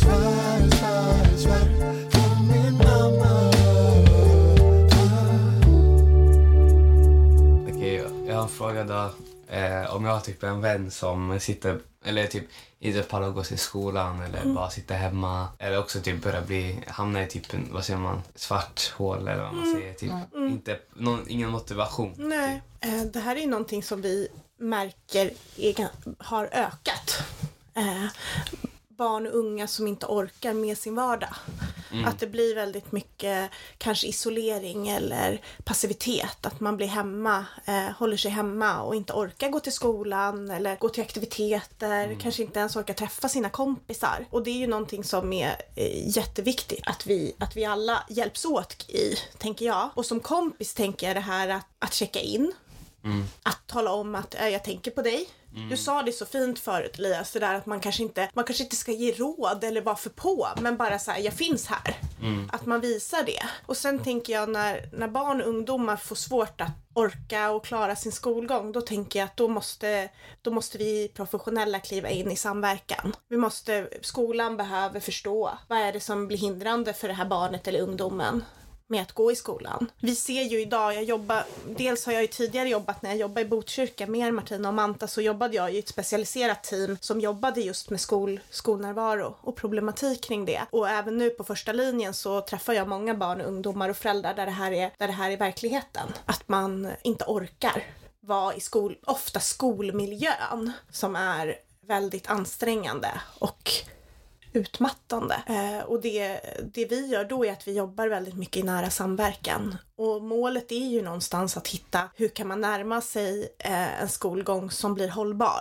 Jag har en fråga då, eh, om jag har typ en vän som sitter, eller typ inte pallar gå till skolan eller mm. bara sitter hemma, eller också typ börjar bli, hamna i typ en, vad säger man, svart hål eller vad man mm. säger, typ mm. inte, någon, ingen motivation. Nej, typ. eh, det här är någonting som vi märker är, har ökat. Eh, barn och unga som inte orkar med sin vardag. Mm. Att det blir väldigt mycket kanske isolering eller passivitet. Att man blir hemma, eh, håller sig hemma och inte orkar gå till skolan eller gå till aktiviteter. Mm. Kanske inte ens orkar träffa sina kompisar. Och det är ju någonting som är eh, jätteviktigt. Att vi, att vi alla hjälps åt i, tänker jag. Och som kompis tänker jag det här att, att checka in. Mm. Att tala om att äh, jag tänker på dig. Mm. Du sa det så fint förut, Elias, det där att man kanske inte man kanske inte ska ge råd eller vara för på, men bara så här, jag finns här. Mm. Att man visar det. Och sen tänker jag när, när barn och ungdomar får svårt att orka och klara sin skolgång, då tänker jag att då måste, då måste vi professionella kliva in i samverkan. Vi måste, skolan behöver förstå vad är det som blir hindrande för det här barnet eller ungdomen med att gå i skolan. Vi ser ju idag, jag jobbar, dels har jag ju tidigare jobbat när jag jobbade i Botkyrka med Martina och Manta, så jobbade jag i ett specialiserat team som jobbade just med skol, skolnärvaro och problematik kring det. Och även nu på första linjen så träffar jag många barn, ungdomar och föräldrar där det här är, där det här är verkligheten. Att man inte orkar vara i skol, ofta skolmiljön som är väldigt ansträngande och utmattande. Eh, och det, det vi gör då är att vi jobbar väldigt mycket i nära samverkan. Och målet är ju någonstans att hitta hur kan man närma sig eh, en skolgång som blir hållbar.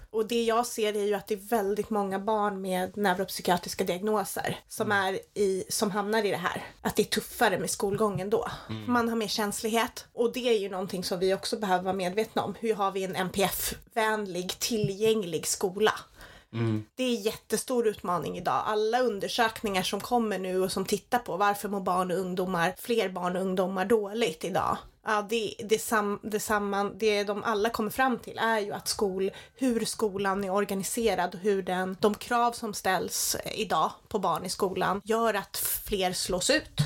Och det jag ser är ju att det är väldigt många barn med neuropsykiatriska diagnoser som, är i, som hamnar i det här. Att det är tuffare med skolgången då. Mm. Man har mer känslighet. Och det är ju någonting som vi också behöver vara medvetna om. Hur har vi en N P F-vänlig, tillgänglig skola? Mm. Det är en jättestor utmaning idag. Alla undersökningar som kommer nu och som tittar på varför mår barn och ungdomar, fler barn och ungdomar dåligt idag. Ja, det, det, sam, det, samman, det de alla kommer fram till är ju att skol, hur skolan är organiserad och hur den, de krav som ställs idag på barn i skolan gör att fler slås ut.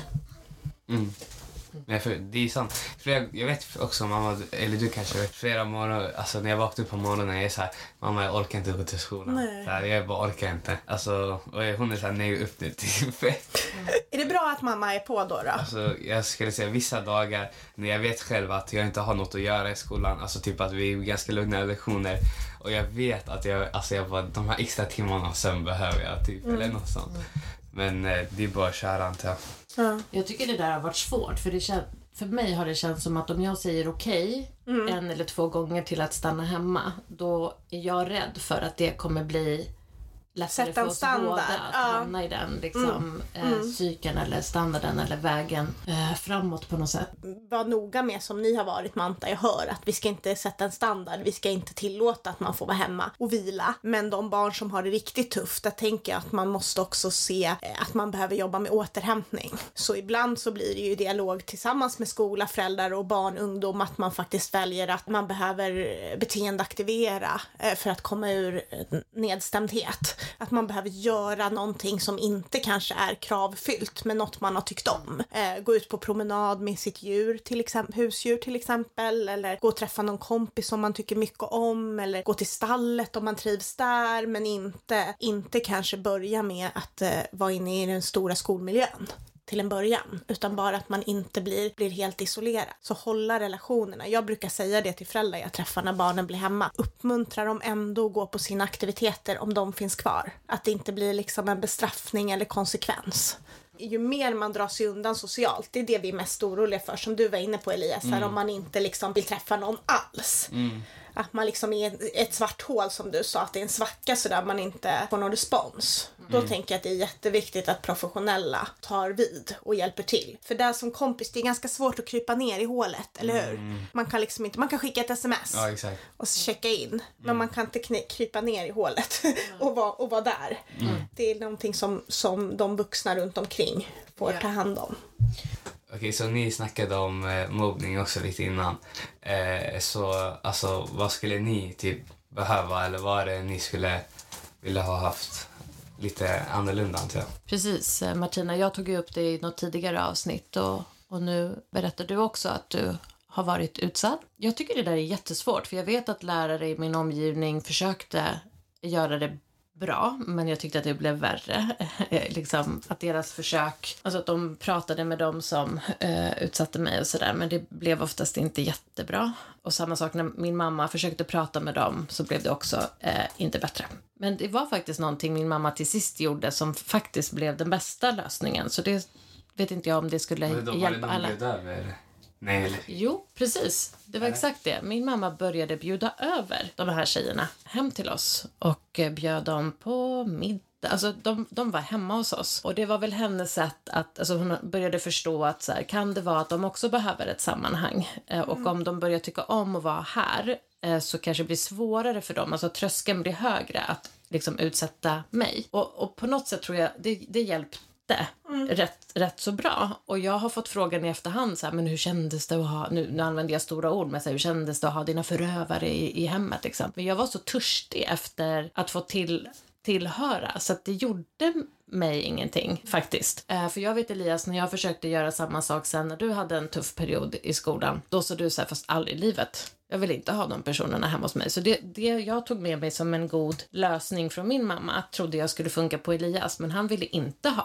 Mm. Men för, det är sant. För jag, jag vet också, mamma, eller du kanske vet, flera morgon, alltså när jag vaknar upp på morgonen, jag är så här, mamma, jag orkar inte gå till skolan. Så här, jag bara orkar inte. Alltså, och hon är så här, nej, upp det till fett. Är det bra att mamma är på då då? Alltså, jag skulle säga vissa dagar när jag vet själv att jag inte har något att göra i skolan, alltså typ att vi är ganska lugna lektioner, och jag vet att jag, alltså jag bara, de här extra timmarna sen behöver jag typ, mm. eller något sånt. Men eh, det är bara att köra, antar jag. Ja. Jag tycker det där har varit svårt, för det kän- för mig har det känts som att om jag säger okej okay, mm. en eller två gånger till att stanna hemma, då är jag rädd för att det kommer bli lättare för oss båda att ja. hamna i den liksom, mm. eh, cykeln eller standarden eller vägen eh, framåt på något sätt. Var noga med, som ni har varit, Manta, jag hör att vi ska inte sätta en standard, vi ska inte tillåta att man får vara hemma och vila, men de barn som har det riktigt tufft, där tänker jag att man måste också se eh, att man behöver jobba med återhämtning. Så ibland så blir det ju dialog tillsammans med skola, föräldrar och barn, ungdom, att man faktiskt väljer att man behöver beteendeaktivera eh, för att komma ur nedstämdhet. Att man behöver göra någonting som inte kanske är kravfyllt, men något man har tyckt om. Eh, gå ut på promenad med sitt djur, till exempel, husdjur till exempel, eller gå och träffa någon kompis som man tycker mycket om, eller gå till stallet om man trivs där, men inte, inte kanske börja med att eh, vara inne i den stora skolmiljön till en början, utan bara att man inte blir, blir helt isolerad. Så hålla relationerna. Jag brukar säga det till föräldrar jag träffar när barnen blir hemma. Uppmuntra dem ändå att gå på sina aktiviteter om de finns kvar. Att det inte blir liksom en bestraffning eller konsekvens. Ju mer man drar sig undan socialt, det är det vi är mest oroliga för, som du var inne på, Elias, mm. om man inte liksom vill träffa någon alls. Mm. Att man liksom är ett svart hål, som du sa, att det är en svacka så där man inte får någon respons. Mm. Då tänker jag att det är jätteviktigt att professionella tar vid och hjälper till. För där som kompis, det är ganska svårt att krypa ner i hålet, eller hur? Mm. Man kan liksom inte, man kan skicka ett sms ja, exakt. och checka in, mm. men man kan inte kny- krypa ner i hålet och vara och vara där. Mm. Det är någonting som, som de vuxna runt omkring får yeah. ta hand om. Okej, så ni snackade om eh, mobbning också lite innan. Eh, så alltså, vad skulle ni typ behöva, eller vad är det ni skulle vilja ha haft lite annorlunda, antar jag? Precis, Martina, jag tog ju upp det i något tidigare avsnitt, och, och nu berättar du också att du har varit utsatt. Jag tycker det där är jättesvårt, för jag vet att lärare i min omgivning försökte göra det bra, men jag tyckte att det blev värre. liksom att deras försök, alltså att de pratade med dem som eh, utsatte mig och sådär, men det blev oftast inte jättebra. Och samma sak när min mamma försökte prata med dem, så blev det också eh, inte bättre. Men det var faktiskt någonting min mamma till sist gjorde som faktiskt blev den bästa lösningen. Så det vet inte jag om det skulle men då, hjälpa alla. Där, nej, eller? Jo, precis. Det var exakt det. Min mamma började bjuda över de här tjejerna hem till oss och bjöd dem på middag. Alltså de, de var hemma hos oss. Och det var väl hennes sätt att, alltså hon började förstå att så här, kan det vara att de också behöver ett sammanhang. Mm. Och om de börjar tycka om att vara här, så kanske det blir svårare för dem. Alltså tröskeln blir högre att liksom utsätta mig. Och, och på något sätt tror jag det, det hjälpte. Mm. Rätt, rätt så bra. Och jag har fått frågan i efterhand så här, men hur kändes det att ha, nu, nu använder jag stora ord, men så här, hur kändes det att ha dina förövare i, i hemmet liksom. Men jag var så törstig efter att få till, tillhöra, så att det gjorde mig ingenting faktiskt. Eh, för jag vet, Elias, när jag försökte göra samma sak sen när du hade en tuff period i skolan, då sa du så här, fast aldrig i livet. Jag vill inte ha de personerna hemma hos mig. Så det, det jag tog med mig som en god lösning från min mamma trodde jag skulle funka på Elias, men han ville inte ha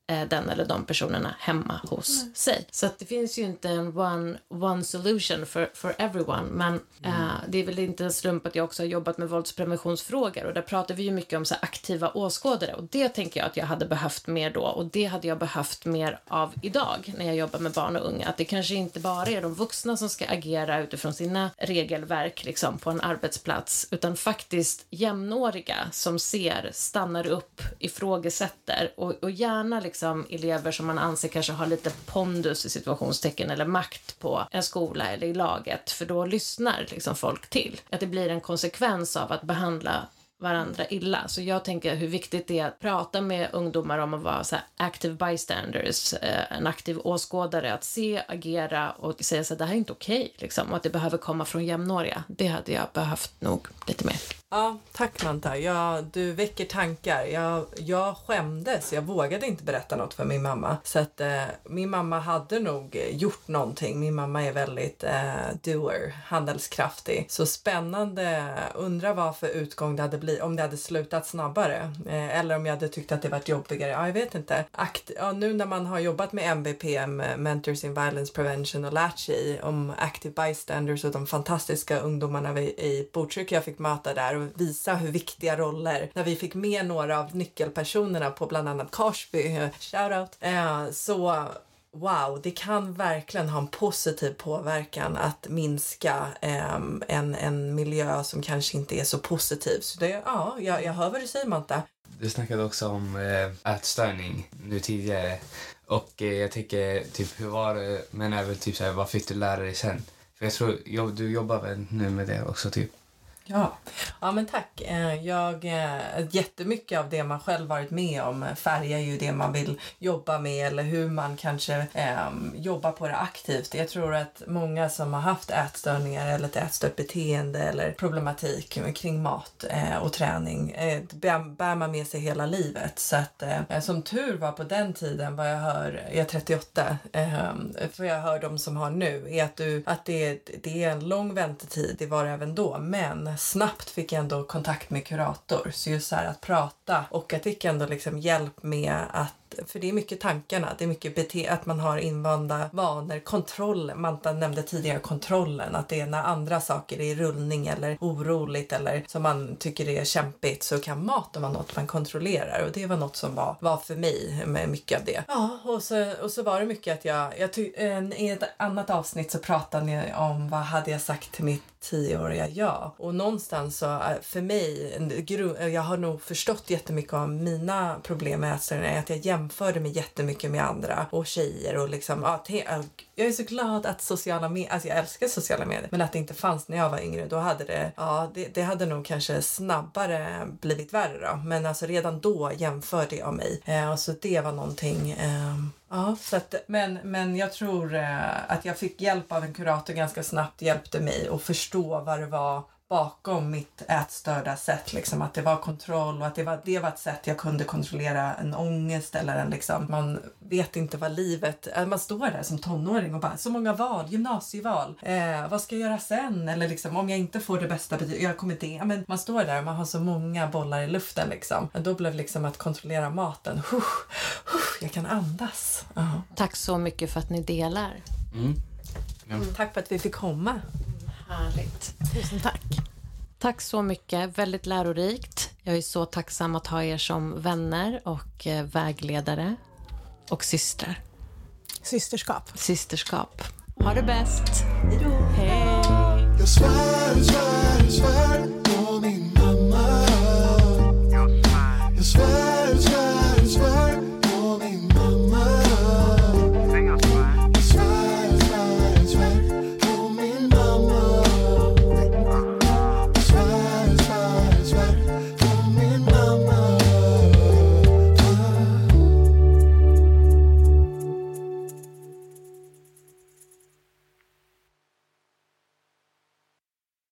den eller de personerna hemma hos mm. sig. Så att det finns ju inte en one, one solution for, for everyone. Men mm. uh, det är väl inte en slump att jag också har jobbat med våldspreventionsfrågor. Och där pratar vi ju mycket om så aktiva åskådare. Och det tänker jag att jag hade behövt mer då. Och det hade jag behövt mer av idag när jag jobbar med barn och unga. Att det kanske inte bara är de vuxna som ska agera utifrån sina regelverk liksom, på en arbetsplats. Utan faktiskt jämnåriga som ser, stannar upp, ifrågasätter. Och, och gärna liksom Liksom elever som man anser kanske har lite pondus i situationstecken eller makt på en skola eller i laget, för då lyssnar liksom folk till. Att det blir en konsekvens av att behandla varandra illa. Så jag tänker hur viktigt det är att prata med ungdomar om att vara så här active bystanders, eh, en aktiv åskådare, att se, agera och säga så att det här är inte okej liksom, och att det behöver komma från jämnåriga. Det hade jag behövt nog lite mer. Ja, tack Manta. Ja, du väcker tankar. Jag, jag skämdes. Jag vågade inte berätta något för min mamma. Så att eh, min mamma hade nog gjort någonting. Min mamma är väldigt eh, doer, handelskraftig. Så spännande. Undra vad för utgång det hade blivit. Om det hade slutat snabbare. Eh, eller om jag hade tyckt att det varit jobbigare. Ja, jag vet inte. Akt, ja, nu när man har jobbat med M V P M, Mentors in Violence Prevention, och lärt sig om active bystanders och de fantastiska ungdomarna vi, i Botkyrka jag fick möta där. Och visa hur viktiga roller. När vi fick med några av nyckelpersonerna på bland annat Karsby, shoutout, eh, så wow, det kan verkligen ha en positiv påverkan att minska eh, en, en miljö som kanske inte är så positiv. Så det, ja, jag, jag hör vad du säger, Manta. Du snackade också om eh, ätstörning nu tidigare. Och eh, jag tänker, typ, hur var det, men även typ så här, vad fick du lära dig sen? För jag tror, jag, du jobbar väl nu med det också, typ. Ja. ja, men tack. Jag, jättemycket av det man själv varit med om färgar ju det man vill jobba med eller hur man kanske eh, jobbar på det aktivt. Jag tror att många som har haft ätstörningar eller ett ätstört beteende eller problematik kring mat eh, och träning eh, bär man med sig hela livet. Så att eh, som tur var på den tiden, vad jag hör, jag är trettioåtta, eh, för jag hör de som har nu, är att, du, att det, det är en lång väntetid, det var även då, men snabbt fick jag ändå kontakt med kurator. Så just så här att prata och att fick ändå liksom hjälp med att, för det är mycket tankarna, det är mycket bete- att man har invanda vanor, kontroll, man nämnde tidigare kontrollen, att det är när andra saker är i rullning eller oroligt eller som man tycker är kämpigt, så kan maten vara något man kontrollerar, och det var något som var, var för mig med mycket av det. Ja, och så, och så var det mycket att jag, jag ty- i ett annat avsnitt så pratade ni om vad hade jag sagt till mitt tioåriga jag, och någonstans så för mig, jag har nog förstått jättemycket om mina problem med ätstörningar, är att jag jämförde mig jättemycket med andra och tjejer och liksom, ja, te- jag är så glad att sociala medier, alltså jag älskar sociala medier, men att det inte fanns när jag var yngre, då hade det, ja, det, det hade nog kanske snabbare blivit värre då, men alltså redan då jämförde jag mig, eh, och så det var någonting, eh, ja, så att, men, men jag tror eh, att jag fick hjälp av en kurator ganska snabbt, hjälpte mig att förstå vad det var bakom mitt ätstörda sätt, liksom, att det var kontroll och att det var, det var ett sätt jag kunde kontrollera en ångest eller en liksom, man vet inte vad livet, man står där som tonåring och bara, så många val, gymnasieval, eh, vad ska jag göra sen, eller liksom, om jag inte får det bästa betyg, jag kommer det, men man står där och man har så många bollar i luften liksom, och då blev liksom att kontrollera maten, huh, huh, jag kan andas. Uh-huh. Tack så mycket för att ni delar. Mm. Ja. Mm, tack för att vi fick komma. Härligt. Tusen tack. Tack så mycket, väldigt lärorikt. Jag är så tacksam att ha er som vänner och eh, vägledare och systrar. Systerskap. Systerskap. Ha det bäst. Hejdå. Hej. Jag svär, svär, svär